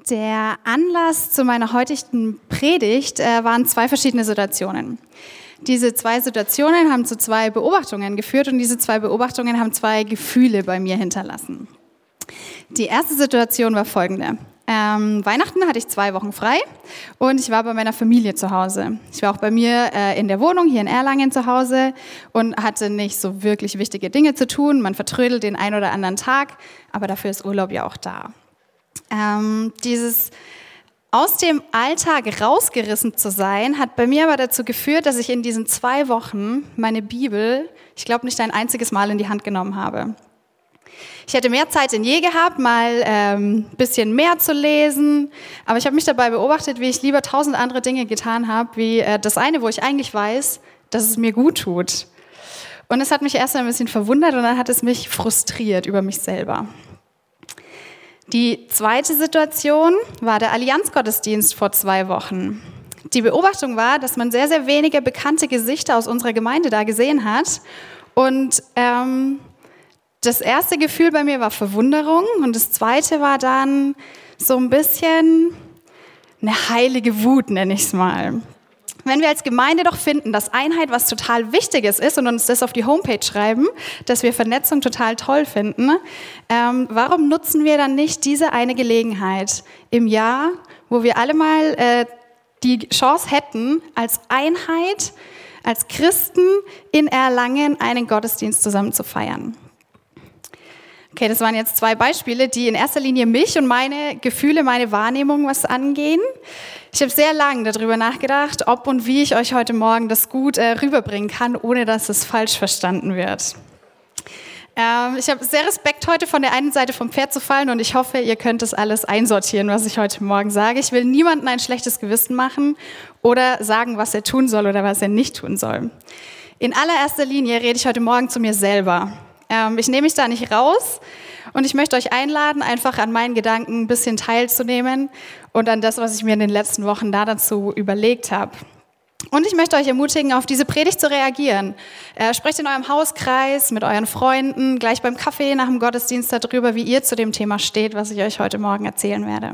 Der Anlass zu meiner heutigen Predigt waren zwei verschiedene Situationen. Diese zwei Situationen haben zu zwei Beobachtungen geführt und diese zwei Beobachtungen haben zwei Gefühle bei mir hinterlassen. Die erste Situation war folgende. Weihnachten hatte ich 2 Wochen frei und ich war bei meiner Familie zu Hause. Ich war auch bei mir in der Wohnung hier in Erlangen zu Hause und hatte nicht so wirklich wichtige Dinge zu tun. Man vertrödelt den einen oder anderen Tag, aber dafür ist Urlaub ja auch da. Dieses aus dem Alltag rausgerissen zu sein, hat bei mir aber dazu geführt, dass ich in diesen 2 Wochen meine Bibel, ich glaube, nicht ein einziges Mal in die Hand genommen habe. Ich hätte mehr Zeit denn je gehabt, mal ein bisschen mehr zu lesen, aber ich habe mich dabei beobachtet, wie ich lieber 1000 andere Dinge getan habe, wie das eine, wo ich eigentlich weiß, dass es mir gut tut. Und es hat mich erst ein bisschen verwundert und dann hat es mich frustriert über mich selber. Die zweite Situation war der Allianzgottesdienst vor 2 Wochen. Die Beobachtung war, dass man sehr, sehr wenige bekannte Gesichter aus unserer Gemeinde da gesehen hat. Und das erste Gefühl bei mir war Verwunderung und das zweite war dann so ein bisschen eine heilige Wut, nenne ich es mal. Wenn wir als Gemeinde doch finden, dass Einheit was total Wichtiges ist und uns das auf die Homepage schreiben, dass wir Vernetzung total toll finden, warum nutzen wir dann nicht diese eine Gelegenheit im Jahr, wo wir alle mal die Chance hätten, als Einheit, als Christen in Erlangen einen Gottesdienst zusammen zu feiern? Okay, das waren jetzt 2 Beispiele, die in erster Linie mich und meine Gefühle, meine Wahrnehmung was angehen. Ich habe sehr lange darüber nachgedacht, ob und wie ich euch heute Morgen das gut rüberbringen kann, ohne dass es falsch verstanden wird. Ich habe sehr Respekt, heute von der einen Seite vom Pferd zu fallen und ich hoffe, ihr könnt das alles einsortieren, was ich heute Morgen sage. Ich will niemandem ein schlechtes Gewissen machen oder sagen, was er tun soll oder was er nicht tun soll. In allererster Linie rede ich heute Morgen zu mir selber. Ich nehme mich da nicht raus und ich möchte euch einladen, einfach an meinen Gedanken ein bisschen teilzunehmen und an das, was ich mir in den letzten Wochen dazu überlegt habe. Und ich möchte euch ermutigen, auf diese Predigt zu reagieren. Sprecht in eurem Hauskreis, mit euren Freunden, gleich beim Kaffee nach dem Gottesdienst darüber, wie ihr zu dem Thema steht, was ich euch heute Morgen erzählen werde.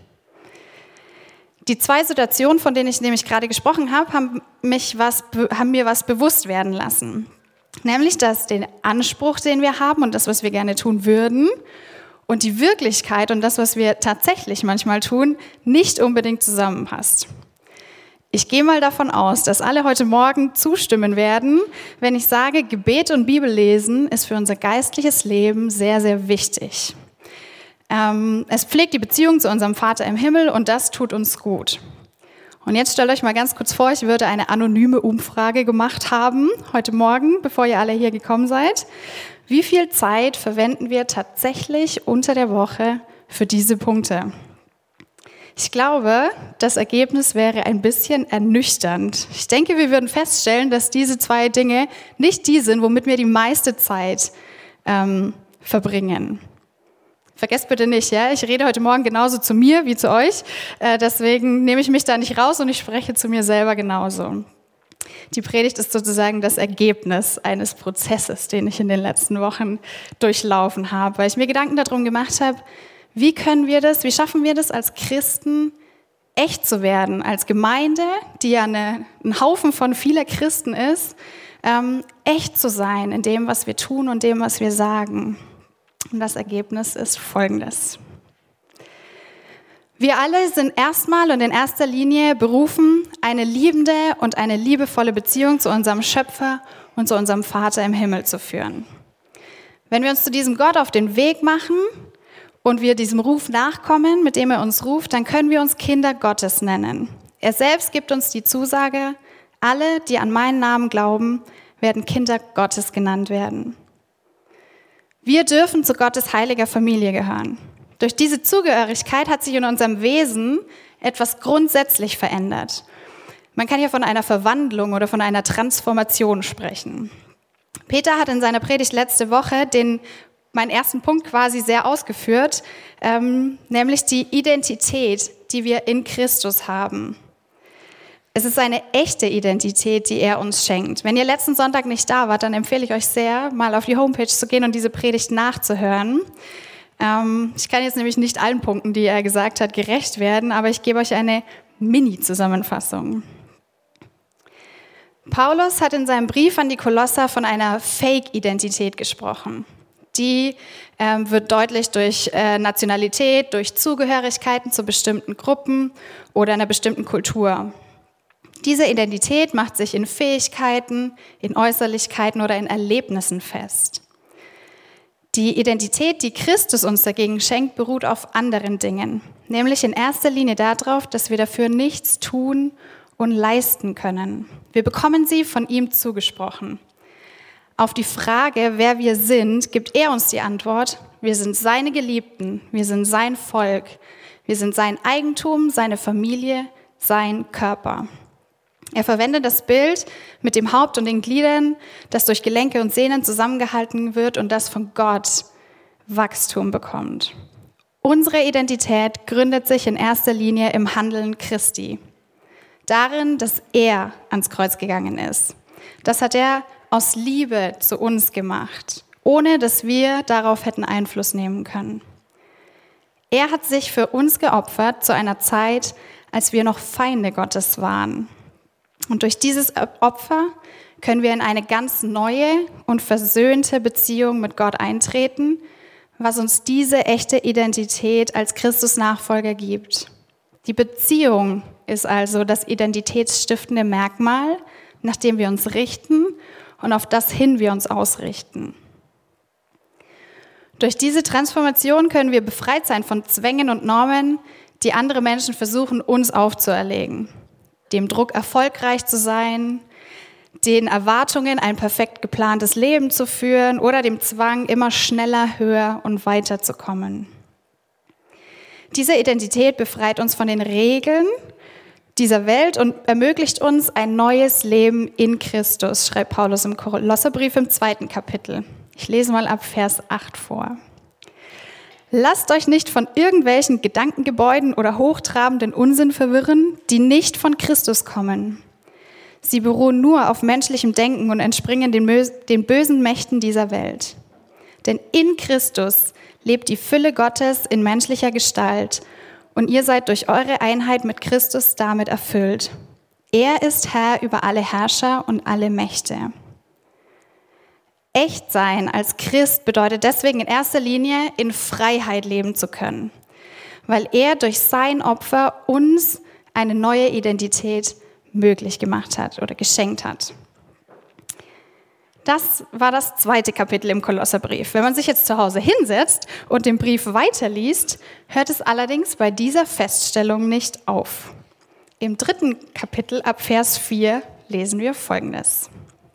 Die 2 Situationen, von denen ich nämlich gerade gesprochen habe, haben mir was bewusst werden lassen. Nämlich, dass den Anspruch, den wir haben und das, was wir gerne tun würden und die Wirklichkeit und das, was wir tatsächlich manchmal tun, nicht unbedingt zusammenpasst. Ich gehe mal davon aus, dass alle heute Morgen zustimmen werden, wenn ich sage, Gebet und Bibellesen ist für unser geistliches Leben sehr, sehr wichtig. Es pflegt die Beziehung zu unserem Vater im Himmel und das tut uns gut. Und jetzt stellt euch mal ganz kurz vor, ich würde eine anonyme Umfrage gemacht haben heute Morgen, bevor ihr alle hier gekommen seid. Wie viel Zeit verwenden wir tatsächlich unter der Woche für diese Punkte? Ich glaube, das Ergebnis wäre ein bisschen ernüchternd. Ich denke, wir würden feststellen, dass diese 2 Dinge nicht die sind, womit wir die meiste Zeit verbringen. Vergesst bitte nicht, ja, ich rede heute Morgen genauso zu mir wie zu euch, deswegen nehme ich mich da nicht raus und ich spreche zu mir selber genauso. Die Predigt ist sozusagen das Ergebnis eines Prozesses, den ich in den letzten Wochen durchlaufen habe, weil ich mir Gedanken darum gemacht habe, wie schaffen wir das als Christen, echt zu werden, als Gemeinde, die ja ein Haufen von vieler Christen ist, echt zu sein in dem, was wir tun und dem, was wir sagen. Und das Ergebnis ist folgendes. Wir alle sind erstmal und in erster Linie berufen, eine liebende und eine liebevolle Beziehung zu unserem Schöpfer und zu unserem Vater im Himmel zu führen. Wenn wir uns zu diesem Gott auf den Weg machen und wir diesem Ruf nachkommen, mit dem er uns ruft, dann können wir uns Kinder Gottes nennen. Er selbst gibt uns die Zusage, alle, die an meinen Namen glauben, werden Kinder Gottes genannt werden. Wir dürfen zu Gottes heiliger Familie gehören. Durch diese Zugehörigkeit hat sich in unserem Wesen etwas grundsätzlich verändert. Man kann hier von einer Verwandlung oder von einer Transformation sprechen. Peter hat in seiner Predigt letzte Woche meinen ersten Punkt quasi sehr ausgeführt, nämlich die Identität, die wir in Christus haben. Es ist eine echte Identität, die er uns schenkt. Wenn ihr letzten Sonntag nicht da wart, dann empfehle ich euch sehr, mal auf die Homepage zu gehen und diese Predigt nachzuhören. Ich kann jetzt nämlich nicht allen Punkten, die er gesagt hat, gerecht werden, aber ich gebe euch eine Mini-Zusammenfassung. Paulus hat in seinem Brief an die Kolosser von einer Fake-Identität gesprochen. Die wird deutlich durch Nationalität, durch Zugehörigkeiten zu bestimmten Gruppen oder einer bestimmten Kultur. Diese Identität macht sich in Fähigkeiten, in Äußerlichkeiten oder in Erlebnissen fest. Die Identität, die Christus uns dagegen schenkt, beruht auf anderen Dingen, nämlich in erster Linie darauf, dass wir dafür nichts tun und leisten können. Wir bekommen sie von ihm zugesprochen. Auf die Frage, wer wir sind, gibt er uns die Antwort: Wir sind seine Geliebten, wir sind sein Volk, wir sind sein Eigentum, seine Familie, sein Körper. Er verwendet das Bild mit dem Haupt und den Gliedern, das durch Gelenke und Sehnen zusammengehalten wird und das von Gott Wachstum bekommt. Unsere Identität gründet sich in erster Linie im Handeln Christi. Darin, dass er ans Kreuz gegangen ist. Das hat er aus Liebe zu uns gemacht, ohne dass wir darauf hätten Einfluss nehmen können. Er hat sich für uns geopfert zu einer Zeit, als wir noch Feinde Gottes waren. Und durch dieses Opfer können wir in eine ganz neue und versöhnte Beziehung mit Gott eintreten, was uns diese echte Identität als Christus-Nachfolger gibt. Die Beziehung ist also das identitätsstiftende Merkmal, nach dem wir uns richten und auf das hin wir uns ausrichten. Durch diese Transformation können wir befreit sein von Zwängen und Normen, die andere Menschen versuchen, uns aufzuerlegen. Dem Druck, erfolgreich zu sein, den Erwartungen, ein perfekt geplantes Leben zu führen oder dem Zwang, immer schneller, höher und weiter zu kommen. Diese Identität befreit uns von den Regeln dieser Welt und ermöglicht uns ein neues Leben in Christus, schreibt Paulus im Kolosserbrief im 2. Kapitel. Ich lese mal ab Vers 8 vor. Lasst euch nicht von irgendwelchen Gedankengebäuden oder hochtrabenden Unsinn verwirren, die nicht von Christus kommen. Sie beruhen nur auf menschlichem Denken und entspringen den bösen Mächten dieser Welt. Denn in Christus lebt die Fülle Gottes in menschlicher Gestalt und ihr seid durch eure Einheit mit Christus damit erfüllt. Er ist Herr über alle Herrscher und alle Mächte. Echt sein als Christ bedeutet deswegen in erster Linie, in Freiheit leben zu können, weil er durch sein Opfer uns eine neue Identität möglich gemacht hat oder geschenkt hat. Das war das 2. Kapitel im Kolosserbrief. Wenn man sich jetzt zu Hause hinsetzt und den Brief weiterliest, hört es allerdings bei dieser Feststellung nicht auf. Im 3. Kapitel ab Vers 4 lesen wir Folgendes.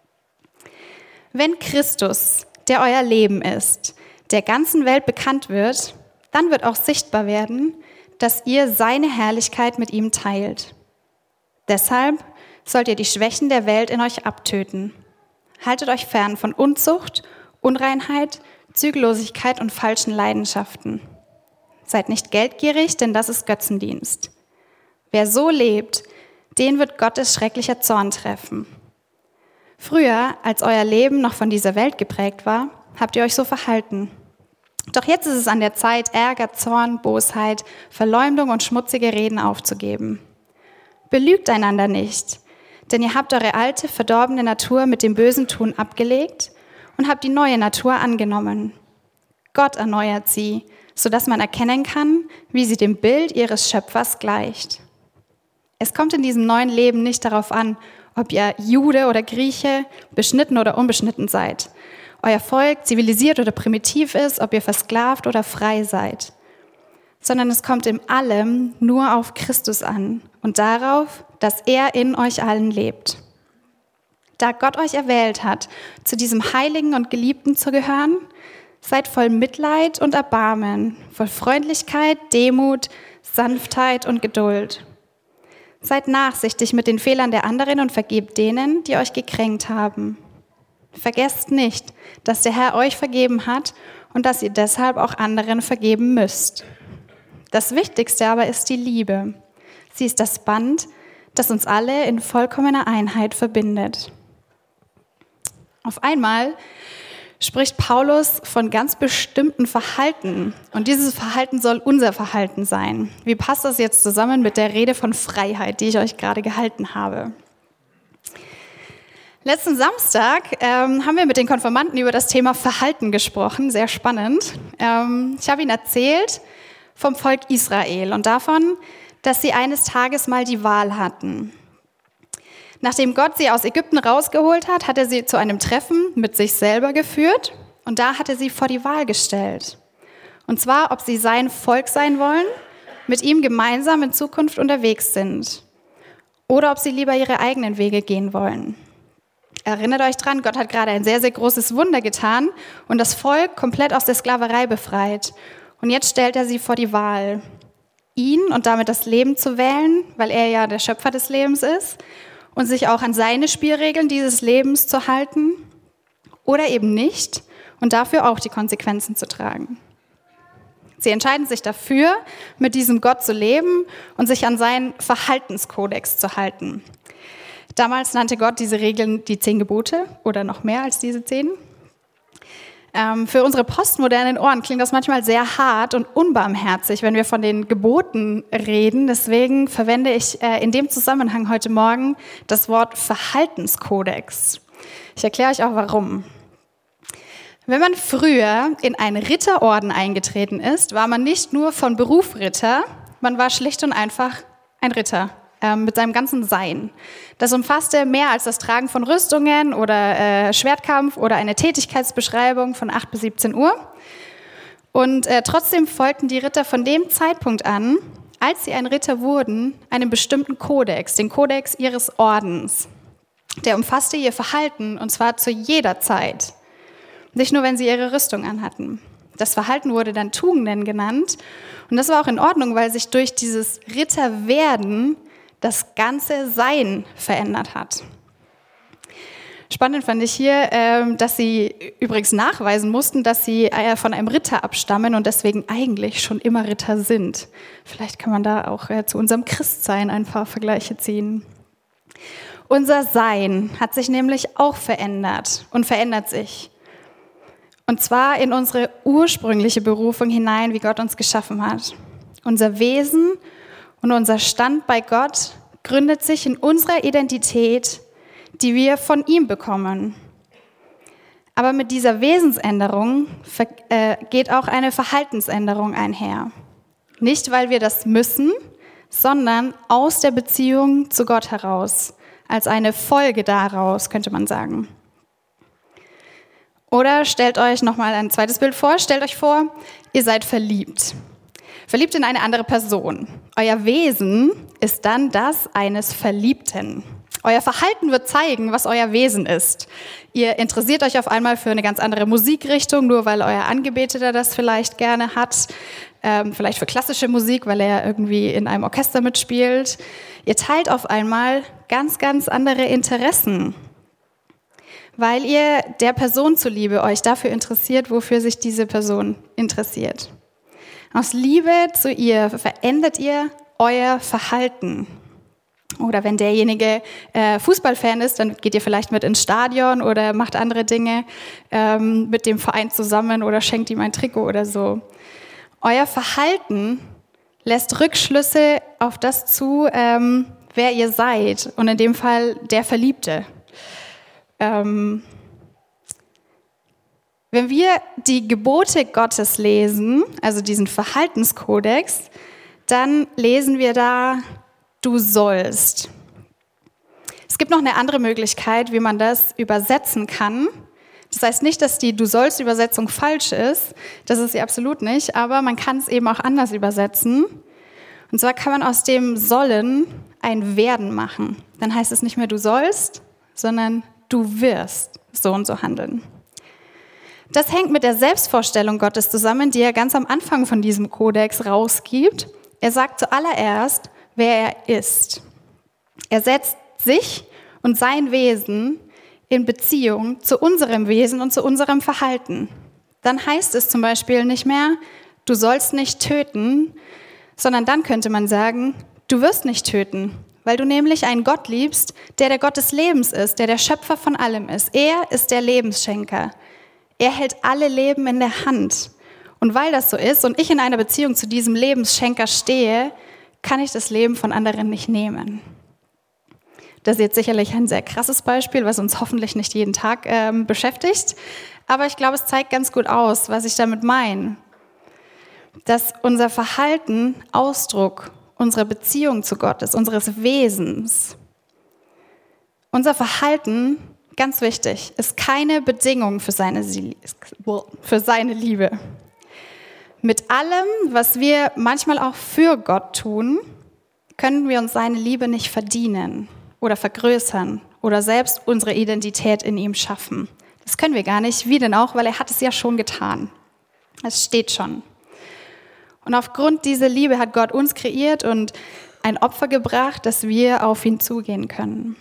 Wenn Christus, der euer Leben ist, der ganzen Welt bekannt wird, dann wird auch sichtbar werden, dass ihr seine Herrlichkeit mit ihm teilt. Deshalb sollt ihr die Schwächen der Welt in euch abtöten. Haltet euch fern von Unzucht, Unreinheit, Zügellosigkeit und falschen Leidenschaften. Seid nicht geldgierig, denn das ist Götzendienst. Wer so lebt, den wird Gottes schrecklicher Zorn treffen. Früher, als euer Leben noch von dieser Welt geprägt war, habt ihr euch so verhalten. Doch jetzt ist es an der Zeit, Ärger, Zorn, Bosheit, Verleumdung und schmutzige Reden aufzugeben. Belügt einander nicht, denn ihr habt eure alte, verdorbene Natur mit dem bösen Tun abgelegt und habt die neue Natur angenommen. Gott erneuert sie, sodass man erkennen kann, wie sie dem Bild ihres Schöpfers gleicht. Es kommt in diesem neuen Leben nicht darauf an, ob ihr Jude oder Grieche, beschnitten oder unbeschnitten seid, euer Volk zivilisiert oder primitiv ist, ob ihr versklavt oder frei seid, sondern es kommt in allem nur auf Christus an und darauf, dass er in euch allen lebt. Da Gott euch erwählt hat, zu diesem Heiligen und Geliebten zu gehören, seid voll Mitleid und Erbarmen, voll Freundlichkeit, Demut, Sanftheit und Geduld. Seid nachsichtig mit den Fehlern der anderen und vergebt denen, die euch gekränkt haben. Vergesst nicht, dass der Herr euch vergeben hat und dass ihr deshalb auch anderen vergeben müsst. Das Wichtigste aber ist die Liebe. Sie ist das Band, das uns alle in vollkommener Einheit verbindet. Auf einmal spricht Paulus von ganz bestimmten Verhalten. Und dieses Verhalten soll unser Verhalten sein. Wie passt das jetzt zusammen mit der Rede von Freiheit, die ich euch gerade gehalten habe? Letzten Samstag haben wir mit den Konfirmanden über das Thema Verhalten gesprochen, sehr spannend. Ich habe ihnen erzählt vom Volk Israel und davon, dass sie eines Tages mal die Wahl hatten. Nachdem Gott sie aus Ägypten rausgeholt hat, hat er sie zu einem Treffen mit sich selber geführt und da hat er sie vor die Wahl gestellt. Und zwar, ob sie sein Volk sein wollen, mit ihm gemeinsam in Zukunft unterwegs sind oder ob sie lieber ihre eigenen Wege gehen wollen. Erinnert euch dran, Gott hat gerade ein sehr, sehr großes Wunder getan und das Volk komplett aus der Sklaverei befreit. Und jetzt stellt er sie vor die Wahl, ihn und damit das Leben zu wählen, weil er ja der Schöpfer des Lebens ist, und sich auch an seine Spielregeln dieses Lebens zu halten oder eben nicht und dafür auch die Konsequenzen zu tragen. Sie entscheiden sich dafür, mit diesem Gott zu leben und sich an seinen Verhaltenskodex zu halten. Damals nannte Gott diese Regeln die 10 Gebote oder noch mehr als diese 10. Für unsere postmodernen Ohren klingt das manchmal sehr hart und unbarmherzig, wenn wir von den Geboten reden. Deswegen verwende ich in dem Zusammenhang heute Morgen das Wort Verhaltenskodex. Ich erkläre euch auch warum. Wenn man früher in einen Ritterorden eingetreten ist, war man nicht nur von Beruf Ritter, man war schlicht und einfach ein Ritter. Mit seinem ganzen Sein. Das umfasste mehr als das Tragen von Rüstungen oder Schwertkampf oder eine Tätigkeitsbeschreibung von 8 bis 17 Uhr. Und trotzdem folgten die Ritter von dem Zeitpunkt an, als sie ein Ritter wurden, einem bestimmten Kodex, den Kodex ihres Ordens. Der umfasste ihr Verhalten und zwar zu jeder Zeit. Nicht nur, wenn sie ihre Rüstung anhatten. Das Verhalten wurde dann Tugenden genannt und das war auch in Ordnung, weil sich durch dieses Ritterwerden das ganze Sein verändert hat. Spannend fand ich hier, dass sie übrigens nachweisen mussten, dass sie von einem Ritter abstammen und deswegen eigentlich schon immer Ritter sind. Vielleicht kann man da auch zu unserem Christsein ein paar Vergleiche ziehen. Unser Sein hat sich nämlich auch verändert und verändert sich. Und zwar in unsere ursprüngliche Berufung hinein, wie Gott uns geschaffen hat. Unser Wesen und unser Stand bei Gott gründet sich in unserer Identität, die wir von ihm bekommen. Aber mit dieser Wesensänderung geht auch eine Verhaltensänderung einher. Nicht, weil wir das müssen, sondern aus der Beziehung zu Gott heraus, als eine Folge daraus, könnte man sagen. Oder stellt euch nochmal ein zweites Bild vor. Stellt euch vor, ihr seid verliebt. Verliebt in eine andere Person. Euer Wesen ist dann das eines Verliebten. Euer Verhalten wird zeigen, was euer Wesen ist. Ihr interessiert euch auf einmal für eine ganz andere Musikrichtung, nur weil euer Angebeteter das vielleicht gerne hat. Vielleicht für klassische Musik, weil er irgendwie in einem Orchester mitspielt. Ihr teilt auf einmal ganz, ganz andere Interessen, weil ihr der Person zuliebe euch dafür interessiert, wofür sich diese Person interessiert. Aus Liebe zu ihr verändert ihr euer Verhalten. Oder wenn derjenige Fußballfan ist, dann geht ihr vielleicht mit ins Stadion oder macht andere Dinge mit dem Verein zusammen oder schenkt ihm ein Trikot oder so. Euer Verhalten lässt Rückschlüsse auf das zu, wer ihr seid. Und in dem Fall der Verliebte. Wenn wir die Gebote Gottes lesen, also diesen Verhaltenskodex, dann lesen wir da, du sollst. Es gibt noch eine andere Möglichkeit, wie man das übersetzen kann. Das heißt nicht, dass die Du sollst Übersetzung falsch ist, das ist sie absolut nicht, aber man kann es eben auch anders übersetzen. Und zwar kann man aus dem Sollen ein Werden machen. Dann heißt es nicht mehr du sollst, sondern du wirst so und so handeln. Das hängt mit der Selbstvorstellung Gottes zusammen, die er ganz am Anfang von diesem Kodex rausgibt. Er sagt zuallererst, wer er ist. Er setzt sich und sein Wesen in Beziehung zu unserem Wesen und zu unserem Verhalten. Dann heißt es zum Beispiel nicht mehr, du sollst nicht töten, sondern dann könnte man sagen, du wirst nicht töten, weil du nämlich einen Gott liebst, der Gott des Lebens ist, der Schöpfer von allem ist. Er ist der Lebensschenker. Er hält alle Leben in der Hand. Und weil das so ist und ich in einer Beziehung zu diesem Lebensschenker stehe, kann ich das Leben von anderen nicht nehmen. Das ist jetzt sicherlich ein sehr krasses Beispiel, was uns hoffentlich nicht jeden Tag beschäftigt. Aber ich glaube, es zeigt ganz gut aus, was ich damit meine. Dass unser Verhalten Ausdruck unserer Beziehung zu Gott ist, unseres Wesens. Unser Verhalten, ganz wichtig, ist keine Bedingung für seine Liebe. Mit allem, was wir manchmal auch für Gott tun, können wir uns seine Liebe nicht verdienen oder vergrößern oder selbst unsere Identität in ihm schaffen. Das können wir gar nicht. Wie denn auch? Weil er hat es ja schon getan. Es steht schon. Und aufgrund dieser Liebe hat Gott uns kreiert und ein Opfer gebracht, dass wir auf ihn zugehen können.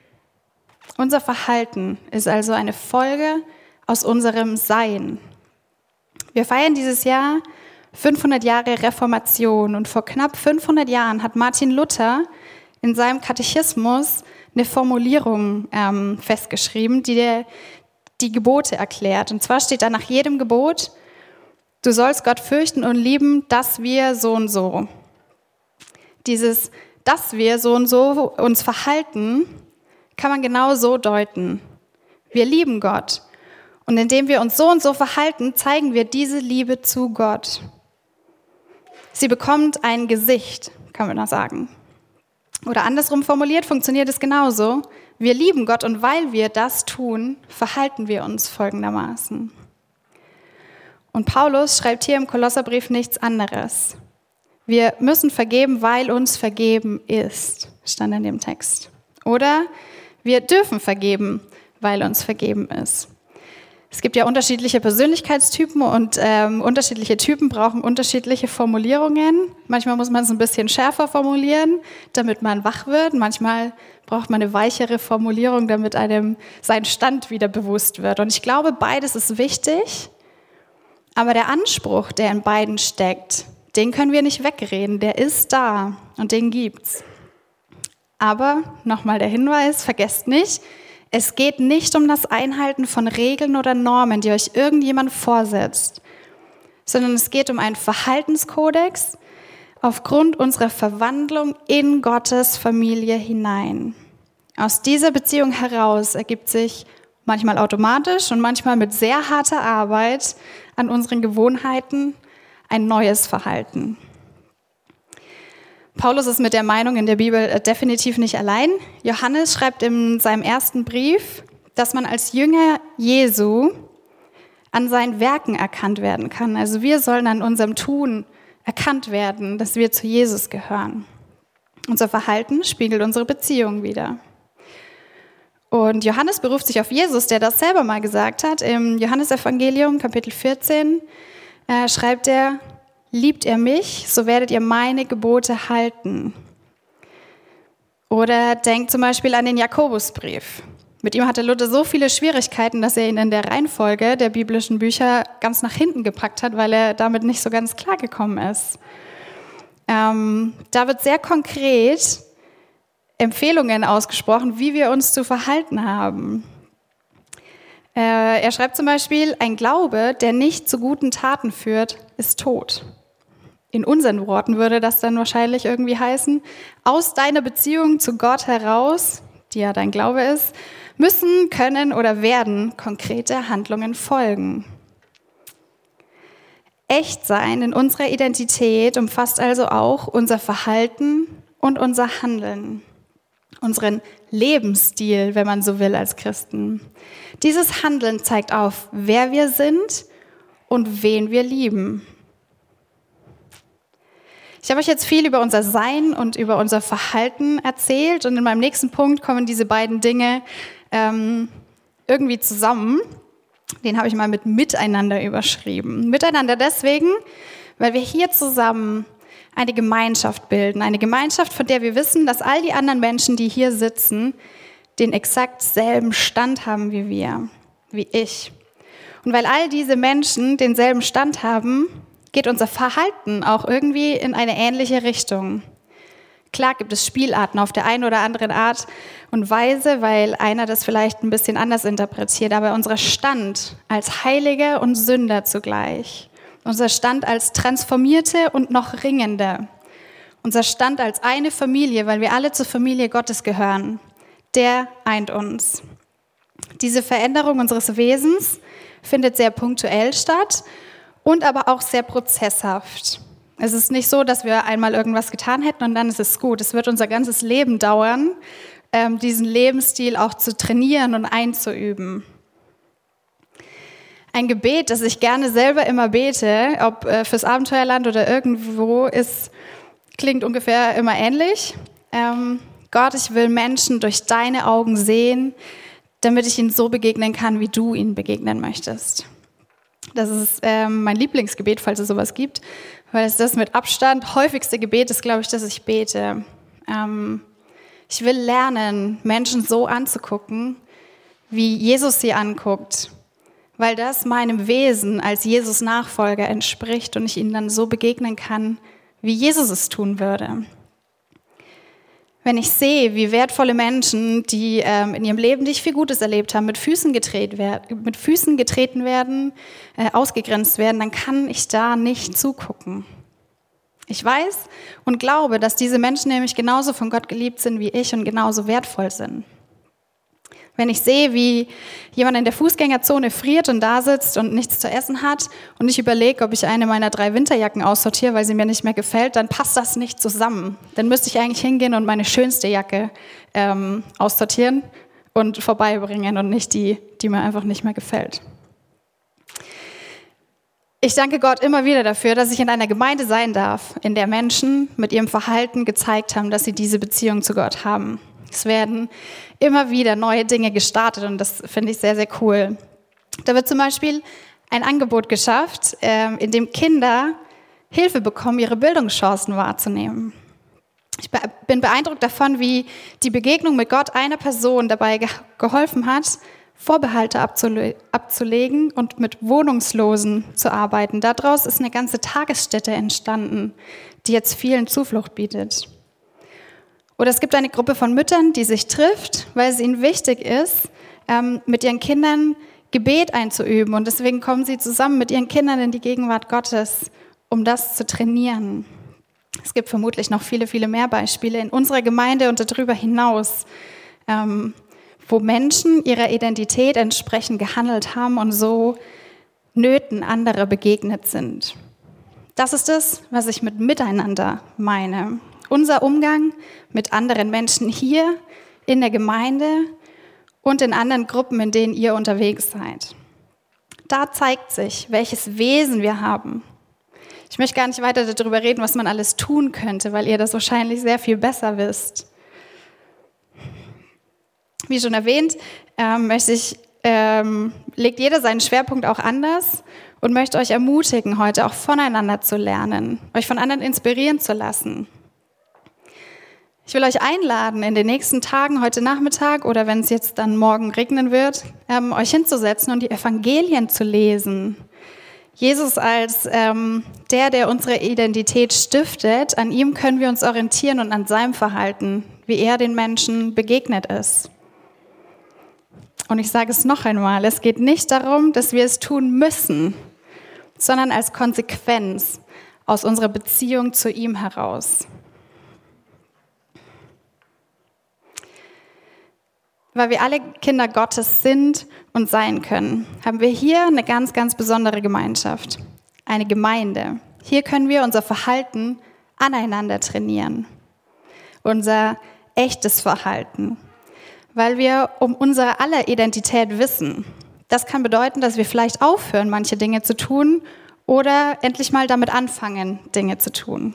Unser Verhalten ist also eine Folge aus unserem Sein. Wir feiern dieses Jahr 500 Jahre Reformation und vor knapp 500 Jahren hat Martin Luther in seinem Katechismus eine Formulierung festgeschrieben, die die Gebote erklärt. Und zwar steht da nach jedem Gebot: Du sollst Gott fürchten und lieben, dass wir so und so. Dieses, dass wir so und so uns verhalten, kann man genau so deuten. Wir lieben Gott. Und indem wir uns so und so verhalten, zeigen wir diese Liebe zu Gott. Sie bekommt ein Gesicht, kann man da sagen. Oder andersrum formuliert, funktioniert es genauso. Wir lieben Gott und weil wir das tun, verhalten wir uns folgendermaßen. Und Paulus schreibt hier im Kolosserbrief nichts anderes. Wir müssen vergeben, weil uns vergeben ist, stand in dem Text. Oder wir dürfen vergeben, weil uns vergeben ist. Es gibt ja unterschiedliche Persönlichkeitstypen und unterschiedliche Typen brauchen unterschiedliche Formulierungen. Manchmal muss man es ein bisschen schärfer formulieren, damit man wach wird. Manchmal braucht man eine weichere Formulierung, damit einem sein Stand wieder bewusst wird. Und ich glaube, beides ist wichtig. Aber der Anspruch, der in beiden steckt, den können wir nicht wegreden. Der ist da und den gibt's. Aber nochmal der Hinweis, vergesst nicht, es geht nicht um das Einhalten von Regeln oder Normen, die euch irgendjemand vorsetzt, sondern es geht um einen Verhaltenskodex aufgrund unserer Verwandlung in Gottes Familie hinein. Aus dieser Beziehung heraus ergibt sich manchmal automatisch und manchmal mit sehr harter Arbeit an unseren Gewohnheiten ein neues Verhalten. Paulus ist mit der Meinung in der Bibel definitiv nicht allein. Johannes schreibt in seinem ersten Brief, dass man als Jünger Jesu an seinen Werken erkannt werden kann. Also wir sollen an unserem Tun erkannt werden, dass wir zu Jesus gehören. Unser Verhalten spiegelt unsere Beziehung wider. Und Johannes beruft sich auf Jesus, der das selber mal gesagt hat. Im Johannesevangelium, Kapitel 14, schreibt er: Liebt ihr mich, so werdet ihr meine Gebote halten. Oder denkt zum Beispiel an den Jakobusbrief. Mit ihm hatte Luther so viele Schwierigkeiten, dass er ihn in der Reihenfolge der biblischen Bücher ganz nach hinten gepackt hat, weil er damit nicht so ganz klar gekommen ist. Da wird sehr konkret Empfehlungen ausgesprochen, wie wir uns zu verhalten haben. Er schreibt zum Beispiel: Ein Glaube, der nicht zu guten Taten führt, ist tot. In unseren Worten würde das dann wahrscheinlich irgendwie heißen: Aus deiner Beziehung zu Gott heraus, die ja dein Glaube ist, müssen, können oder werden konkrete Handlungen folgen. Echtsein in unserer Identität umfasst also auch unser Verhalten und unser Handeln. Unseren Lebensstil, wenn man so will, als Christen. Dieses Handeln zeigt auf, wer wir sind und wen wir lieben. Ich habe euch jetzt viel über unser Sein und über unser Verhalten erzählt und in meinem nächsten Punkt kommen diese beiden Dinge irgendwie zusammen. Den habe ich mal mit Miteinander überschrieben. Miteinander deswegen, weil wir hier zusammen eine Gemeinschaft bilden. Eine Gemeinschaft, von der wir wissen, dass all die anderen Menschen, die hier sitzen, den exakt selben Stand haben wie wir, wie ich. Und weil all diese Menschen denselben Stand haben, geht unser Verhalten auch irgendwie in eine ähnliche Richtung. Klar gibt es Spielarten auf der einen oder anderen Art und Weise, weil einer das vielleicht ein bisschen anders interpretiert, aber unser Stand als Heilige und Sünder zugleich, unser Stand als Transformierte und noch Ringende, unser Stand als eine Familie, weil wir alle zur Familie Gottes gehören, der eint uns. Diese Veränderung unseres Wesens findet sehr punktuell statt und aber auch sehr prozesshaft. Es ist nicht so, dass wir einmal irgendwas getan hätten und dann ist es gut. Es wird unser ganzes Leben dauern, diesen Lebensstil auch zu trainieren und einzuüben. Ein Gebet, das ich gerne selber immer bete, ob fürs Abenteuerland oder irgendwo, klingt ungefähr immer ähnlich. Gott, ich will Menschen durch deine Augen sehen, damit ich ihnen so begegnen kann, wie du ihnen begegnen möchtest. Das ist mein Lieblingsgebet, falls es sowas gibt, weil es das mit Abstand häufigste Gebet ist, glaube ich, dass ich bete. Ich will lernen, Menschen so anzugucken, wie Jesus sie anguckt, weil das meinem Wesen als Jesus-Nachfolger entspricht und ich ihnen dann so begegnen kann, wie Jesus es tun würde. Wenn ich sehe, wie wertvolle Menschen, die in ihrem Leben nicht viel Gutes erlebt haben, mit Füßen getreten werden, ausgegrenzt werden, dann kann ich da nicht zugucken. Ich weiß und glaube, dass diese Menschen nämlich genauso von Gott geliebt sind wie ich und genauso wertvoll sind. Wenn ich sehe, wie jemand in der Fußgängerzone friert und da sitzt und nichts zu essen hat und ich überlege, ob ich eine meiner 3 Winterjacken aussortiere, weil sie mir nicht mehr gefällt, dann passt das nicht zusammen. Dann müsste ich eigentlich hingehen und meine schönste Jacke aussortieren und vorbeibringen und nicht die mir einfach nicht mehr gefällt. Ich danke Gott immer wieder dafür, dass ich in einer Gemeinde sein darf, in der Menschen mit ihrem Verhalten gezeigt haben, dass sie diese Beziehung zu Gott haben. Es werden immer wieder neue Dinge gestartet und das finde ich sehr, sehr cool. Da wird zum Beispiel ein Angebot geschafft, in dem Kinder Hilfe bekommen, ihre Bildungschancen wahrzunehmen. Ich bin beeindruckt davon, wie die Begegnung mit Gott einer Person dabei geholfen hat, Vorbehalte abzulegen und mit Wohnungslosen zu arbeiten. Daraus ist eine ganze Tagesstätte entstanden, die jetzt vielen Zuflucht bietet. Oder es gibt eine Gruppe von Müttern, die sich trifft, weil es ihnen wichtig ist, mit ihren Kindern Gebet einzuüben. Und deswegen kommen sie zusammen mit ihren Kindern in die Gegenwart Gottes, um das zu trainieren. Es gibt vermutlich noch viele, viele mehr Beispiele in unserer Gemeinde und darüber hinaus, wo Menschen ihrer Identität entsprechend gehandelt haben und so Nöten anderer begegnet sind. Das ist es, was ich mit Miteinander meine. Unser Umgang mit anderen Menschen hier in der Gemeinde und in anderen Gruppen, in denen ihr unterwegs seid. Da zeigt sich, welches Wesen wir haben. Ich möchte gar nicht weiter darüber reden, was man alles tun könnte, weil ihr das wahrscheinlich sehr viel besser wisst. Wie schon erwähnt, legt jeder seinen Schwerpunkt auch anders und möchte euch ermutigen, heute auch voneinander zu lernen, euch von anderen inspirieren zu lassen. Ich will euch einladen, in den nächsten Tagen, heute Nachmittag oder wenn es jetzt dann morgen regnen wird, euch hinzusetzen und die Evangelien zu lesen. Jesus als der unsere Identität stiftet, an ihm können wir uns orientieren und an seinem Verhalten, wie er den Menschen begegnet ist. Und ich sage es noch einmal, es geht nicht darum, dass wir es tun müssen, sondern als Konsequenz aus unserer Beziehung zu ihm heraus. Weil wir alle Kinder Gottes sind und sein können, haben wir hier eine ganz, ganz besondere Gemeinschaft, eine Gemeinde. Hier können wir unser Verhalten aneinander trainieren, unser echtes Verhalten, weil wir um unsere aller Identität wissen. Das kann bedeuten, dass wir vielleicht aufhören, manche Dinge zu tun oder endlich mal damit anfangen, Dinge zu tun.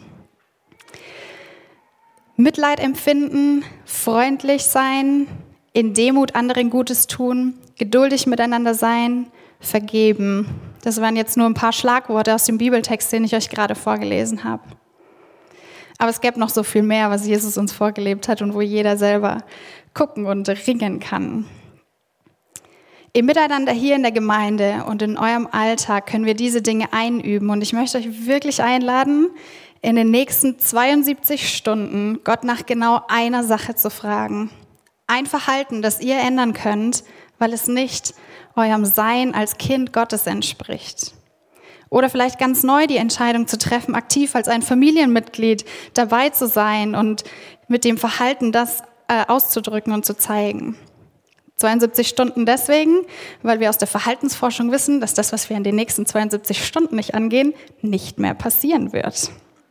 Mitleid empfinden, freundlich sein, in Demut anderen Gutes tun, geduldig miteinander sein, vergeben. Das waren jetzt nur ein paar Schlagworte aus dem Bibeltext, den ich euch gerade vorgelesen habe. Aber es gäbe noch so viel mehr, was Jesus uns vorgelebt hat und wo jeder selber gucken und ringen kann. Im Miteinander hier in der Gemeinde und in eurem Alltag können wir diese Dinge einüben. Und ich möchte euch wirklich einladen, in den nächsten 72 Stunden Gott nach genau einer Sache zu fragen. Ein Verhalten, das ihr ändern könnt, weil es nicht eurem Sein als Kind Gottes entspricht. Oder vielleicht ganz neu die Entscheidung zu treffen, aktiv als ein Familienmitglied dabei zu sein und mit dem Verhalten das auszudrücken und zu zeigen. 72 Stunden deswegen, weil wir aus der Verhaltensforschung wissen, dass das, was wir in den nächsten 72 Stunden nicht angehen, nicht mehr passieren wird.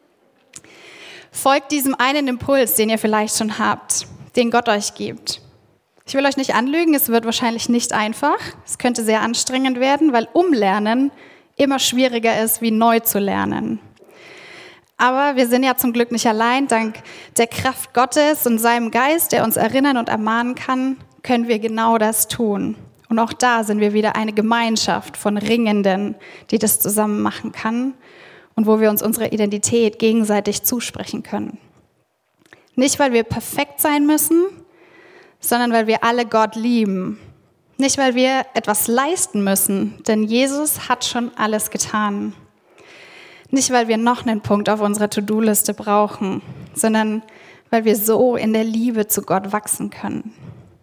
Folgt diesem einen Impuls, den ihr vielleicht schon habt, den Gott euch gibt. Ich will euch nicht anlügen, es wird wahrscheinlich nicht einfach. Es könnte sehr anstrengend werden, weil Umlernen immer schwieriger ist, wie neu zu lernen. Aber wir sind ja zum Glück nicht allein. Dank der Kraft Gottes und seinem Geist, der uns erinnern und ermahnen kann, können wir genau das tun. Und auch da sind wir wieder eine Gemeinschaft von Ringenden, die das zusammen machen kann und wo wir uns unsere Identität gegenseitig zusprechen können. Nicht, weil wir perfekt sein müssen, sondern weil wir alle Gott lieben. Nicht, weil wir etwas leisten müssen, denn Jesus hat schon alles getan. Nicht, weil wir noch einen Punkt auf unserer To-Do-Liste brauchen, sondern weil wir so in der Liebe zu Gott wachsen können.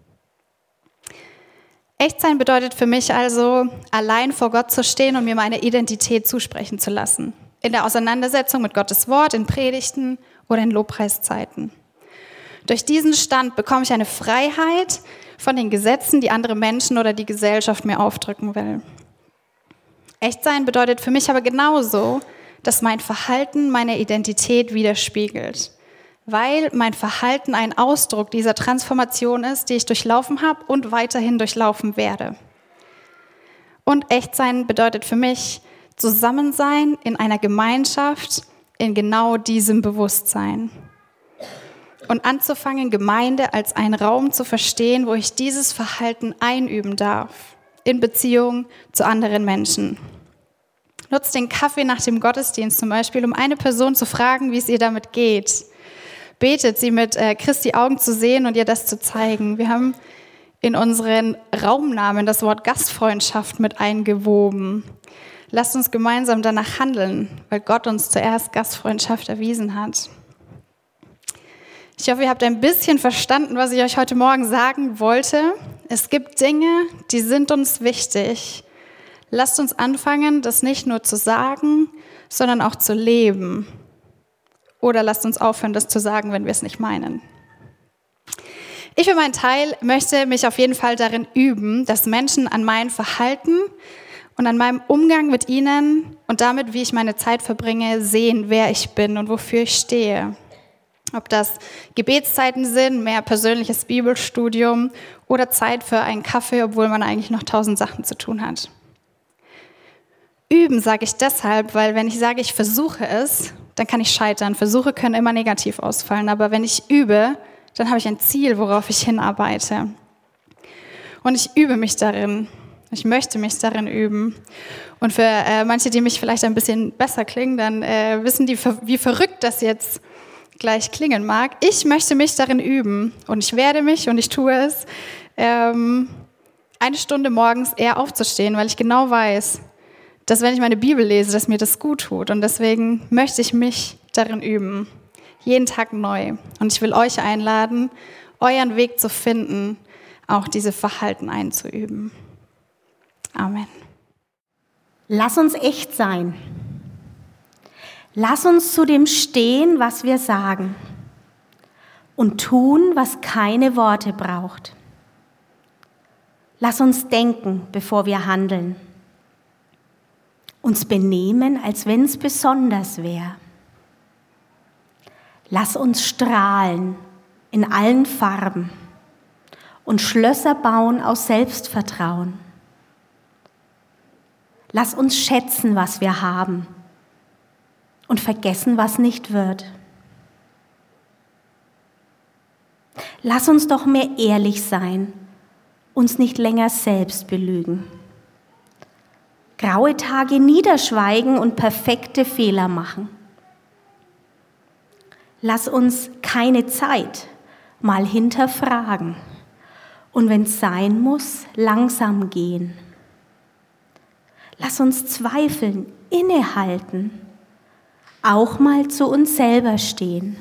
Echtsein bedeutet für mich also, allein vor Gott zu stehen und mir meine Identität zusprechen zu lassen. In der Auseinandersetzung mit Gottes Wort, in Predigten oder in Lobpreiszeiten. Durch diesen Stand bekomme ich eine Freiheit von den Gesetzen, die andere Menschen oder die Gesellschaft mir aufdrücken will. Echtsein bedeutet für mich aber genauso, dass mein Verhalten meine Identität widerspiegelt. Weil mein Verhalten ein Ausdruck dieser Transformation ist, die ich durchlaufen habe und weiterhin durchlaufen werde. Und Echtsein bedeutet für mich Zusammensein in einer Gemeinschaft in genau diesem Bewusstsein. Und anzufangen, Gemeinde als einen Raum zu verstehen, wo ich dieses Verhalten einüben darf, in Beziehung zu anderen Menschen. Nutzt den Kaffee nach dem Gottesdienst zum Beispiel, um eine Person zu fragen, wie es ihr damit geht. Betet, sie mit Christi Augen zu sehen und ihr das zu zeigen. Wir haben in unseren Raumnamen das Wort Gastfreundschaft mit eingewoben. Lasst uns gemeinsam danach handeln, weil Gott uns zuerst Gastfreundschaft erwiesen hat. Ich hoffe, ihr habt ein bisschen verstanden, was ich euch heute Morgen sagen wollte. Es gibt Dinge, die sind uns wichtig. Lasst uns anfangen, das nicht nur zu sagen, sondern auch zu leben. Oder lasst uns aufhören, das zu sagen, wenn wir es nicht meinen. Ich für meinen Teil möchte mich auf jeden Fall darin üben, dass Menschen an meinem Verhalten und an meinem Umgang mit ihnen und damit, wie ich meine Zeit verbringe, sehen, wer ich bin und wofür ich stehe. Ob das Gebetszeiten sind, mehr persönliches Bibelstudium oder Zeit für einen Kaffee, obwohl man eigentlich noch 1000 Sachen zu tun hat. Üben sage ich deshalb, weil wenn ich sage, ich versuche es, dann kann ich scheitern. Versuche können immer negativ ausfallen, aber wenn ich übe, dann habe ich ein Ziel, worauf ich hinarbeite. Und ich übe mich darin. Ich möchte mich darin üben. Und für manche, die mich vielleicht ein bisschen besser klingen, dann wissen die, wie verrückt das jetzt gleich klingen mag. Ich möchte mich darin üben und ich werde mich und ich tue es, 1 Stunde morgens eher aufzustehen, weil ich genau weiß, dass wenn ich meine Bibel lese, dass mir das gut tut. Und deswegen möchte ich mich darin üben. Jeden Tag neu. Und ich will euch einladen, euren Weg zu finden, auch diese Verhalten einzuüben. Amen. Lass uns echt sein. Lass uns zu dem stehen, was wir sagen. Und tun, was keine Worte braucht. Lass uns denken, bevor wir handeln. Uns benehmen, als wenn es besonders wäre. Lass uns strahlen in allen Farben und Schlösser bauen aus Selbstvertrauen. Lass uns schätzen, was wir haben und vergessen, was nicht wird. Lass uns doch mehr ehrlich sein, uns nicht länger selbst belügen. Graue Tage niederschweigen und perfekte Fehler machen. Lass uns keine Zeit mal hinterfragen und wenn es sein muss, langsam gehen. Lass uns zweifeln, innehalten, auch mal zu uns selber stehen.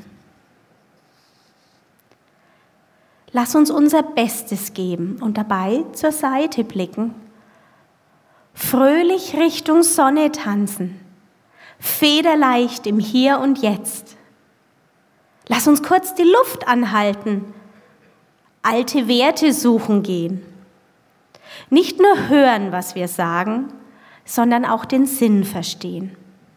Lass uns unser Bestes geben und dabei zur Seite blicken. Fröhlich Richtung Sonne tanzen, federleicht im Hier und Jetzt. Lass uns kurz die Luft anhalten, alte Werte suchen gehen. Nicht nur hören, was wir sagen, sondern auch den Sinn verstehen.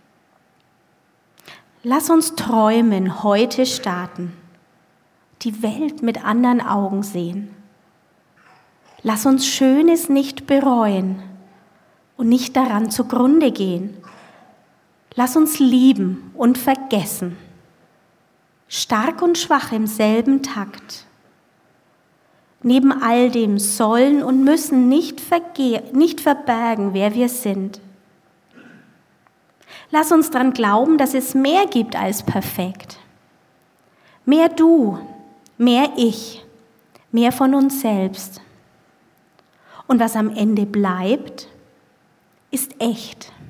Lass uns träumen, heute starten, die Welt mit anderen Augen sehen. Lass uns Schönes nicht bereuen und nicht daran zugrunde gehen. Lass uns lieben und vergessen, stark und schwach im selben Takt. Neben all dem sollen und müssen nicht verbergen, wer wir sind. Lass uns daran glauben, dass es mehr gibt als perfekt. Mehr du, mehr ich, mehr von uns selbst. Und was am Ende bleibt, ist echt.